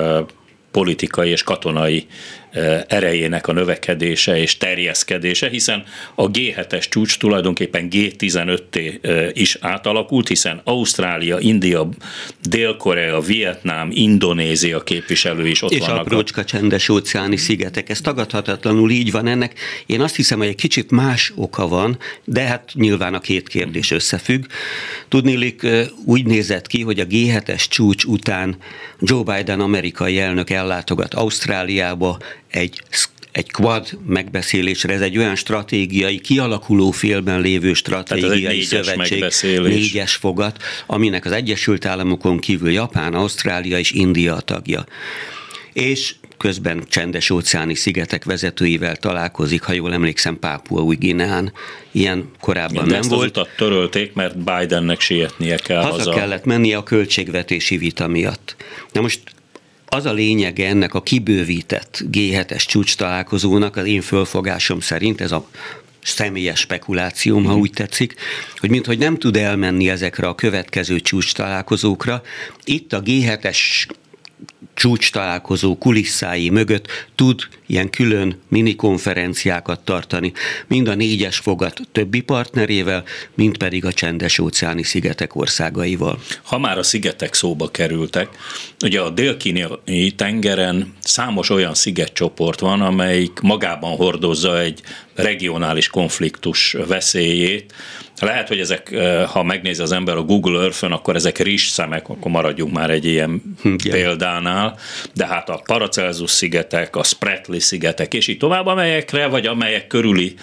politikai és katonai erejének a növekedése és terjeszkedése, hiszen a gé hetes csúcs tulajdonképpen gé tizenötté is átalakult, hiszen Ausztrália, India, Dél-Korea, Vietnám, Indonézia képviselői is ott és vannak. És aprócska csendes óceáni szigetek. Ez tagadhatatlanul így van ennek. Én azt hiszem, hogy egy kicsit más oka van, de hát nyilván a két kérdés összefügg. Tudniillik, úgy nézett ki, hogy a gé hetes csúcs után Joe Biden amerikai elnök ellátogat Ausztráliába, egy, egy quad megbeszélésre, ez egy olyan stratégiai, kialakuló félben lévő stratégiai szövetség, négyes fogat, aminek az Egyesült Államokon kívül Japán, Ausztrália és India tagja. És közben csendes-óceáni szigetek vezetőivel találkozik, ha jól emlékszem, Pápua-Új-Guineán. Ilyen korábban nem ezt volt. Ezt az utat törölték, mert Bidennek sietnie kell haza. Haza kellett mennie a költségvetési vita miatt. Na most az a lényege ennek a kibővített gé hetes csúcs találkozónak, az én fölfogásom szerint, ez a személyes spekulációm, ha úgy tetszik, hogy minthogy nem tud elmenni ezekre a következő csúcs találkozókra, itt a gé hetes csúcs találkozó kulisszái mögött tud ilyen külön minikonferenciákat tartani, mind a négyes fogat többi partnerével, mind pedig a csendes-óceáni szigetek országaival. Ha már a szigetek szóba kerültek, ugye a dél-kínai tengeren számos olyan szigetcsoport van, amelyik magában hordozza egy regionális konfliktus veszélyét. Lehet, hogy ezek, ha megnézi az ember a Google Earth-ön, akkor ezek rizsszemek, akkor maradjunk már egy ilyen hm, példánál, de hát a Paracelsus-szigetek, a Spratly-szigetek, és így tovább, amelyekre, vagy amelyek körüli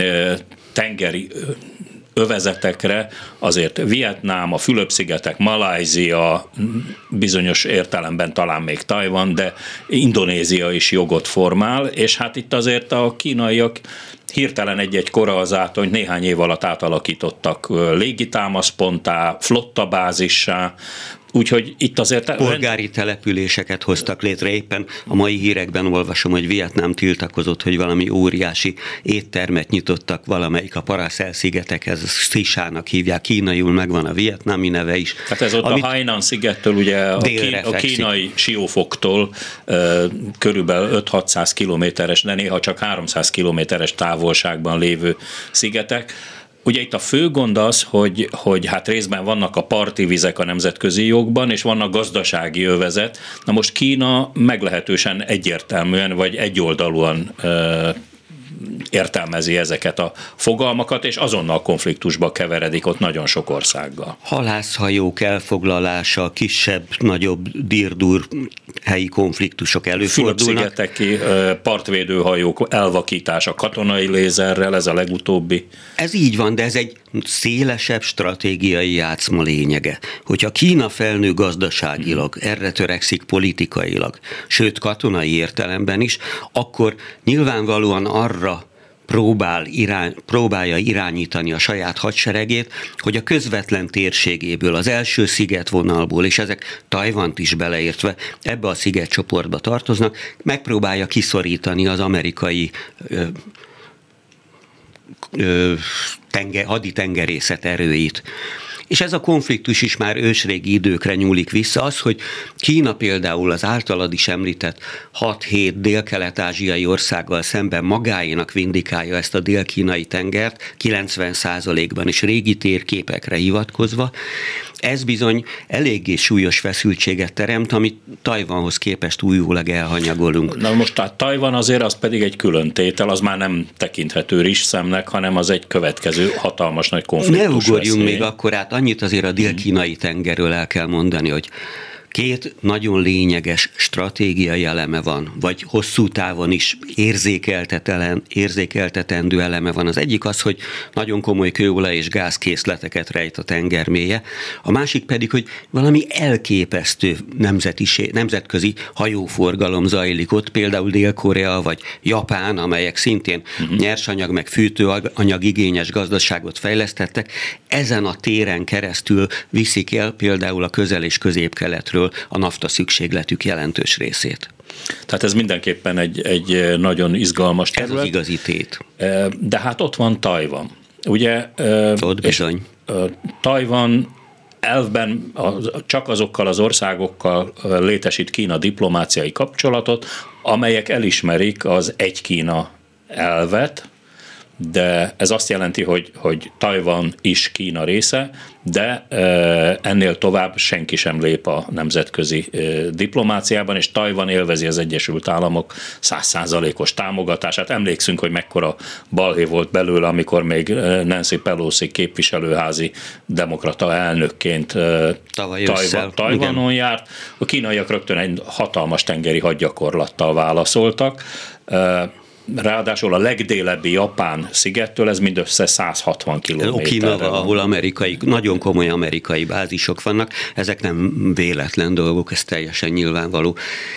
tengeri övezetekre azért Vietnám, a Fülöp-szigetek, Malajzia, bizonyos értelemben talán még Tajvan, de Indonézia is jogot formál, és hát itt azért a kínaiak hirtelen egy-egy koraazától, hogy néhány év alatt átalakítottak légitámaszponttá, flottabázissá, úgyhogy itt azért... Polgári településeket hoztak létre. Éppen a mai hírekben olvasom, hogy Vietnám tiltakozott, hogy valami óriási éttermet nyitottak valamelyik a Paracel-szigetekhez, Szisának hívják, kínaiul megvan a vietnámi neve is. Hát ez ott a Hainan szigettől, ugye a, kín, a kínai siófoktól uh, körülbelül öt-hatszáz kilométeres, de néha csak háromszáz kilométeres távolságban lévő szigetek. Ugye itt a fő gond az, hogy, hogy hát részben vannak a parti vizek a nemzetközi jogban, és vannak gazdasági övezet. Na most Kína meglehetősen egyértelműen, vagy egyoldalúan ö, értelmezi ezeket a fogalmakat, és azonnal konfliktusba keveredik ott nagyon sok országgal. Halászhajók elfoglalása, kisebb, nagyobb dirdur helyi konfliktusok előfordulnak. Fülöp-szigeteki partvédőhajók elvakítása katonai lézerrel, ez a legutóbbi. Ez így van, de ez egy szélesebb stratégiai játszma lényege. Hogyha Kína felnő gazdaságilag, erre törekszik politikailag, sőt katonai értelemben is, akkor nyilvánvalóan arra próbál irány, próbálja irányítani a saját hadseregét, hogy a közvetlen térségéből, az első szigetvonalból, és ezek Tajvant is beleértve ebbe a szigetcsoportba tartoznak, megpróbálja kiszorítani az amerikai ö, ö, tenger, haditengerészet erőit. És ez a konfliktus is már ősrégi időkre nyúlik vissza. Az, hogy Kína például az általad is említett hat-hét dél-kelet-ázsiai országgal szemben magáénak vindikálja ezt a dél-kínai tengert, kilencven százalékban is régi térképekre hivatkozva, ez bizony eléggé súlyos feszültséget teremt, amit Tajvanhoz képest újólag elhanyagolunk. Na most tehát Tajvan azért az pedig egy külön tétel, az már nem tekinthető rizsszemnek, hanem az egy következő hatalmas nagy konfliktus. Ne ugorjunk még akkor át, annyit azért a dél-kínai tengerről el kell mondani, hogy két nagyon lényeges stratégiai eleme van, vagy hosszú távon is érzékeltetendő eleme van. Az egyik az, hogy nagyon komoly kőolaj és gázkészleteket rejt a tengermélye, a másik pedig, hogy valami elképesztő nemzetiség, nemzetközi hajóforgalom zajlik ott, például Dél-Korea vagy Japán, amelyek szintén uh-huh. nyersanyag meg fűtőanyag igényes gazdaságot fejlesztettek, ezen a téren keresztül viszik el például a közel- és középkeletről a nafta szükségletük jelentős részét. Tehát ez mindenképpen egy, egy nagyon izgalmas terület. Ez az igazi tét. De hát ott van Tajvan. Ugye? Ott bizony. Tajvan elvben csak azokkal az országokkal létesít Kína diplomáciai kapcsolatot, amelyek elismerik az egy Kína elvet, de ez azt jelenti, hogy, hogy Tajvan is Kína része, de ennél tovább senki sem lép a nemzetközi diplomáciában, és Tajvan élvezi az Egyesült Államok száz százalékos támogatását. Emlékszünk, hogy mekkora balhé volt belőle, amikor még Nancy Pelosi képviselőházi demokrata elnökként Tajvan, Tajvanon járt. A kínaiak rögtön egy hatalmas tengeri hadgyakorlattal válaszoltak. Ráadásul a legdélebbi Japán szigettől ez mindössze száz hatvan kilométerre. Okinawa, ahol amerikai, nagyon komoly amerikai bázisok vannak, ezek nem véletlen dolgok, ez teljesen nyilvánvaló.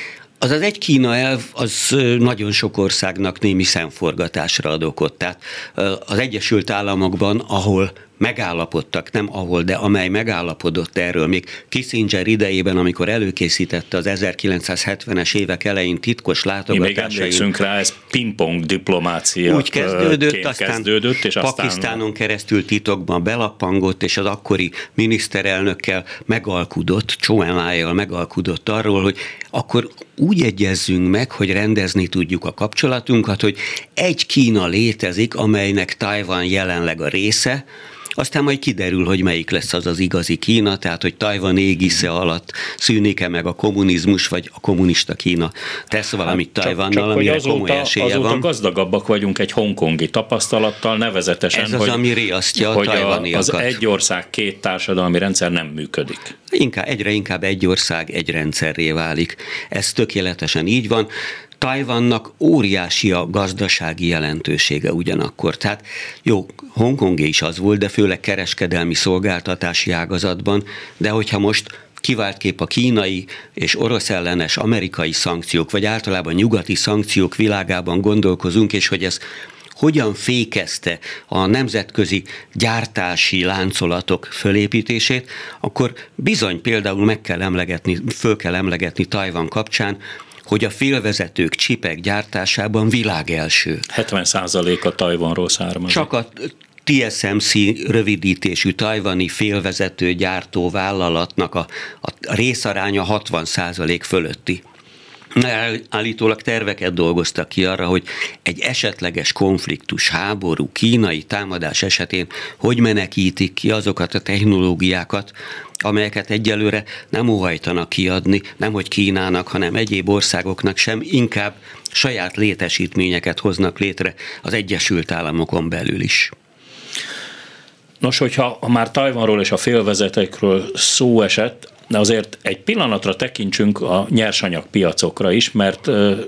az az egy Kína elv, az nagyon sok országnak némi szemforgatásra ad okot. Tehát az Egyesült Államokban, ahol megállapodtak, nem ahol, de amely megállapodott erről, még Kissinger idejében, amikor előkészítette az ezerkilencszázhetvenes évek elején titkos látogatásain. Mi még emlékszünk rá, ez pingpong diplomácia. Úgy kezdődött, aztán kezdődött, és Pakisztánon aztán... keresztül titokban belappangott, és az akkori miniszterelnökkel megalkudott, Zhou Enlai-jal megalkudott arról, hogy akkor úgy egyezzünk meg, hogy rendezni tudjuk a kapcsolatunkat, hogy egy Kína létezik, amelynek Tajvan jelenleg a része, aztán majd kiderül, hogy melyik lesz az az igazi Kína, tehát hogy Tajvan égisze alatt szűnik-e meg a kommunizmus, vagy a kommunista Kína tesz valamit hát, Tajvannal, csak, amire azóta, komoly esélye azóta van. Azóta gazdagabbak vagyunk egy hongkongi tapasztalattal, nevezetesen, Ez az, hogy, ami riasztja a hogy tajvaniakat. Az egy ország, két társadalmi rendszer nem működik. Inkább, egyre inkább egy ország, egy rendszerré válik. Ez tökéletesen így van. Tajvannak óriási a gazdasági jelentősége ugyanakkor. Tehát jó, Hongkongé is az volt, de főleg kereskedelmi szolgáltatási ágazatban, de hogyha most kivált kép a kínai és orosz ellenes amerikai szankciók, vagy általában nyugati szankciók világában gondolkozunk, és hogy ez hogyan fékezte a nemzetközi gyártási láncolatok fölépítését, akkor bizony például meg kell emlegetni, föl kell emlegetni Tajvan kapcsán, hogy a félvezetők, csipek gyártásában világelső. hetven százalék a Tajvanról származik. Csak a té es em cé rövidítésű tajvani félvezető gyártó vállalatnak a, a részaránya hatvan százalék fölötti. Állítólag terveket dolgoztak ki arra, hogy egy esetleges konfliktus, háború, kínai támadás esetén hogy menekítik ki azokat a technológiákat, amelyeket egyelőre nem óhajtanak kiadni, nemhogy Kínának, hanem egyéb országoknak sem, inkább saját létesítményeket hoznak létre az Egyesült Államokon belül is. Nos, hogyha már Tajvanról és a félvezetekről szó esett, de azért egy pillanatra tekintsünk a nyersanyagpiacokra is, mert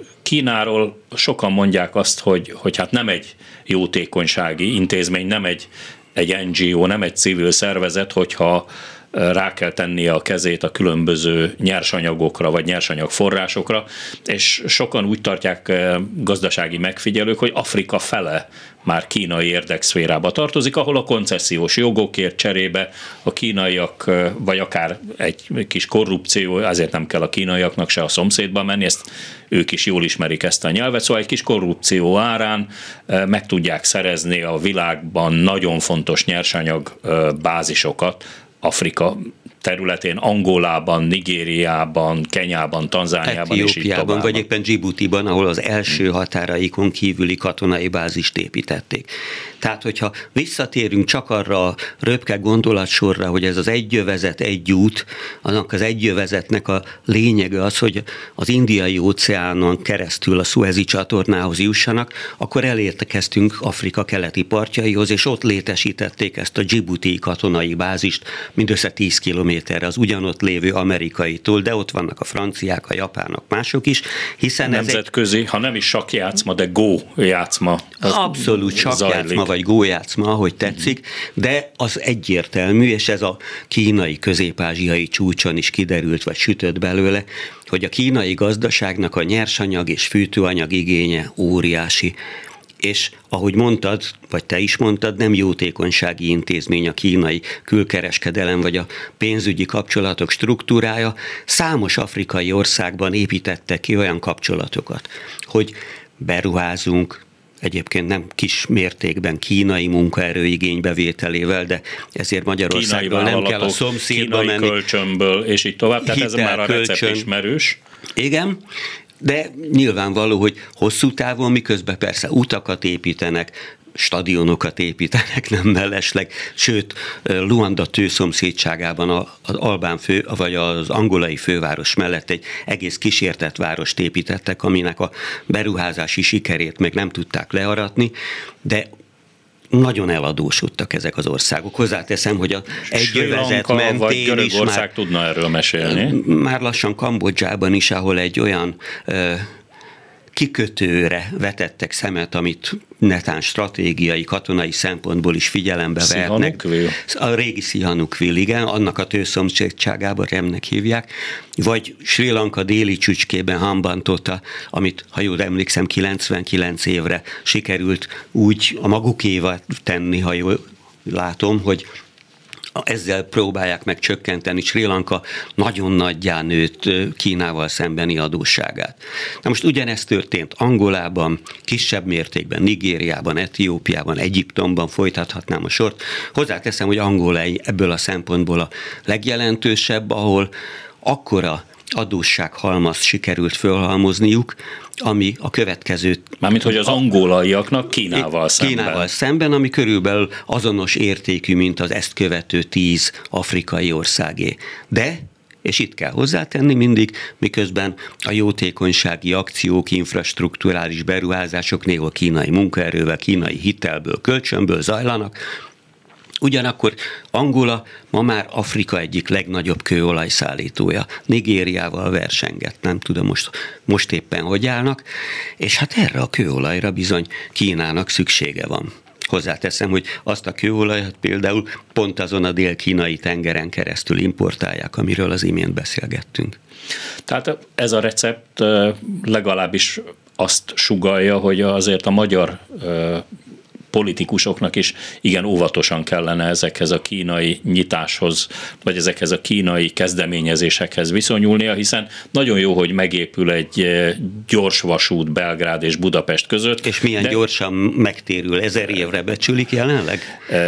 Kínáról sokan mondják azt, hogy, hogy hát nem egy jótékonysági intézmény, nem egy, egy en gé o, nem egy civil szervezet, hogyha rá kell tennie a kezét a különböző nyersanyagokra, vagy nyersanyagforrásokra, és sokan úgy tartják gazdasági megfigyelők, hogy Afrika fele már kínai érdekszférába tartozik, ahol a koncesziós jogokért cserébe a kínaiak, vagy akár egy kis korrupció, azért nem kell a kínaiaknak se a szomszédba menni, ezt ők is jól ismerik ezt a nyelvet, szóval egy kis korrupció árán meg tudják szerezni a világban nagyon fontos nyersanyag bázisokat, Afrika területén, Angolában, Nigériában, Kenyában, Tanzániában és így tovább. Vagy éppen Djiboutiban, ahol az első határaikon kívüli katonai bázist építették. Tehát, hogyha visszatérünk csak arra a röpke gondolatsorra, hogy ez az egyövezet, egy út, annak az egyövezetnek a lényege az, hogy az Indiai óceánon keresztül a Szuezi csatornához jussanak, akkor elérkeztünk Afrika keleti partjaihoz, és ott létesítették ezt a Djibouti katonai bázist, mindössze tíz kilométerre az ugyanott lévő amerikaitól, de ott vannak a franciák, a japánok, mások is, hiszen nemzetközi, ez egy... ha nem is sakjátszma, de go játszma. Abszolút sakjátszma, vagy gójátszma, ahogy tetszik, de az egyértelmű, és ez a kínai, közép-ázsiai csúcson is kiderült, vagy sütött belőle, hogy a kínai gazdaságnak a nyersanyag és fűtőanyag igénye óriási. És ahogy mondtad, vagy te is mondtad, nem jótékonysági intézmény a kínai külkereskedelem vagy a pénzügyi kapcsolatok struktúrája. Számos afrikai országban építettek ki olyan kapcsolatokat, hogy beruházunk, egyébként nem kis mértékben kínai munkaerő igénybevételével, de ezért Magyarországról nem kell a szomszédba menni. Kínai kölcsönből, és így tovább, tehát hitel, ez már a recept kölcsön. Ismerős. Igen, de nyilvánvaló, hogy hosszú távon, miközben persze utakat építenek, stadionokat építenek, nem mellesleg, sőt, Luanda tőszomszédságában az albán fő, vagy az angolai főváros mellett egy egész kísértett várost építettek, aminek a beruházási sikerét még nem tudták learatni, de nagyon eladósodtak ezek az országok. Hozzáteszem, hogy a egyövezet mentén is már... tudna erről mesélni. Már lassan Kambodzsában is, ahol egy olyan ö, kikötőre vetettek szemet, amit netán stratégiai, katonai szempontból is figyelembe vehetnek. A régi Sihanoukville, igen, annak a tőszomszédságában Remnek hívják, vagy Sri Lanka déli csücskében Hambantota, amit, ha jól emlékszem, kilencvenkilenc évre sikerült úgy a magukévá tenni, ha jól látom, hogy ezzel próbálják meg csökkenteni Sri Lanka nagyon nagyjá nőtt Kínával szembeni adósságát. Na most ugyanezt történt Angolában, kisebb mértékben, Nigériában, Etiópiában, Egyiptomban, folytathatnám a sort. Hozzáteszem, hogy Angola ebből a szempontból a legjelentősebb, ahol akkora adóssághalmaz sikerült fölhalmozniuk, ami a következő... Mármint, hogy az angolaiaknak Kínával szemben. Kínával szemben, ami körülbelül azonos értékű, mint az ezt követő tíz afrikai országé. De, és itt kell hozzátenni mindig, miközben a jótékonysági akciók, infrastrukturális beruházások néhol kínai munkaerővel, kínai hitelből, kölcsönből zajlanak, ugyanakkor Angola ma már Afrika egyik legnagyobb kőolajszállítója. Nigériával versengett, nem tudom most, most éppen hogy állnak, és hát erre a kőolajra bizony Kínának szüksége van. Hozzáteszem, hogy azt a kőolajat például pont azon a dél-kínai tengeren keresztül importálják, amiről az imént beszélgettünk. Tehát ez a recept legalábbis azt sugallja, hogy azért a magyar politikusoknak is igen óvatosan kellene ezekhez a kínai nyitáshoz, vagy ezekhez a kínai kezdeményezésekhez viszonyulnia, hiszen nagyon jó, hogy megépül egy gyors vasút Belgrád és Budapest között. És milyen de, gyorsan megtérül, ezer évre becsülik jelenleg?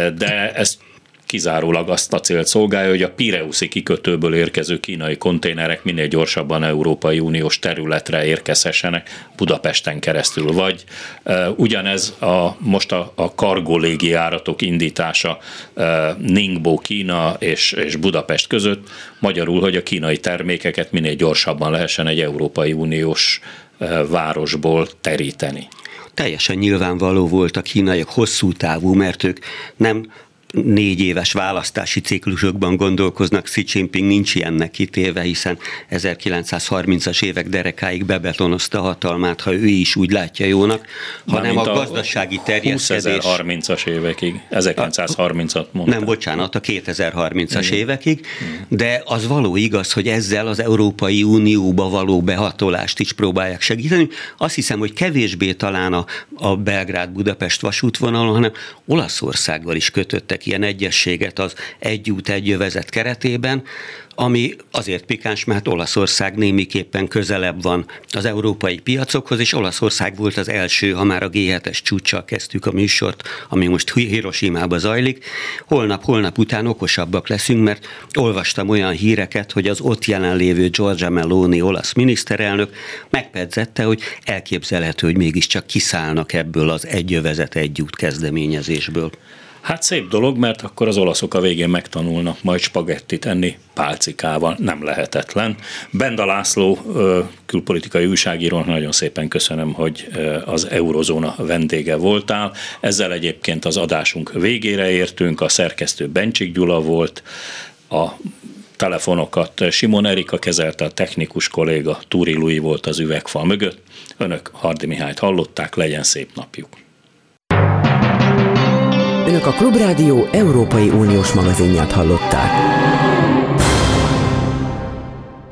De ez kizárólag azt a célt szolgálja, hogy a Pireuszi kikötőből érkező kínai konténerek minél gyorsabban Európai Uniós területre érkezhessenek Budapesten keresztül. Vagy e, ugyanez a, most a, a kargó légijáratok indítása e, Ningbo, Kína és, és Budapest között, magyarul, hogy a kínai termékeket minél gyorsabban lehessen egy Európai Uniós e, városból teríteni. Teljesen nyilvánvaló volt a kínaiak hosszú távú, mert ők nem négy éves választási ciklusokban gondolkoznak, Xi Jinping nincs ilyennek kitéve, hiszen ezerkilencszázharmincas évek derekáig bebetonozta hatalmát, ha ő is úgy látja jónak, hanem a, a gazdasági terjeszkedés... húszezer-harmincas évekig, ezerkilencszázharmincat mondtam. Nem, bocsánat, a kétezer-harmincas évekig, de az való igaz, hogy ezzel az Európai Unióba való behatolást is próbálják segíteni. Azt hiszem, hogy kevésbé talán a, a Belgrád-Budapest vasútvonalon, hanem Olaszországgal is kötöttek ilyen egyességet az egy út, egy övezet keretében, ami azért pikáns, mert Olaszország némiképpen közelebb van az európai piacokhoz, és Olaszország volt az első, ha már a gé hetes csúccsal kezdtük a műsort, ami most Hiroshima-ba zajlik. Holnap, holnap után okosabbak leszünk, mert olvastam olyan híreket, hogy az ott jelenlévő Giorgia Meloni olasz miniszterelnök megpedzette, hogy elképzelhető, hogy mégiscsak kiszállnak ebből az egy övezet, egy út kezdeményezésből. Hát szép dolog, mert akkor az olaszok a végén megtanulnak majd spagettit enni pálcikával, nem lehetetlen. Benda László külpolitikai újságíró, nagyon szépen köszönöm, hogy az Eurozóna vendége voltál. Ezzel egyébként az adásunk végére értünk, a szerkesztő Bencsik Gyula volt, a telefonokat Simon Erika kezelte, a technikus kolléga Túri Lui volt az üvegfal mögött. Önök Hardy Mihályt hallották, legyen szép napjuk. Önök a Klubrádió Európai Uniós magazinját hallották.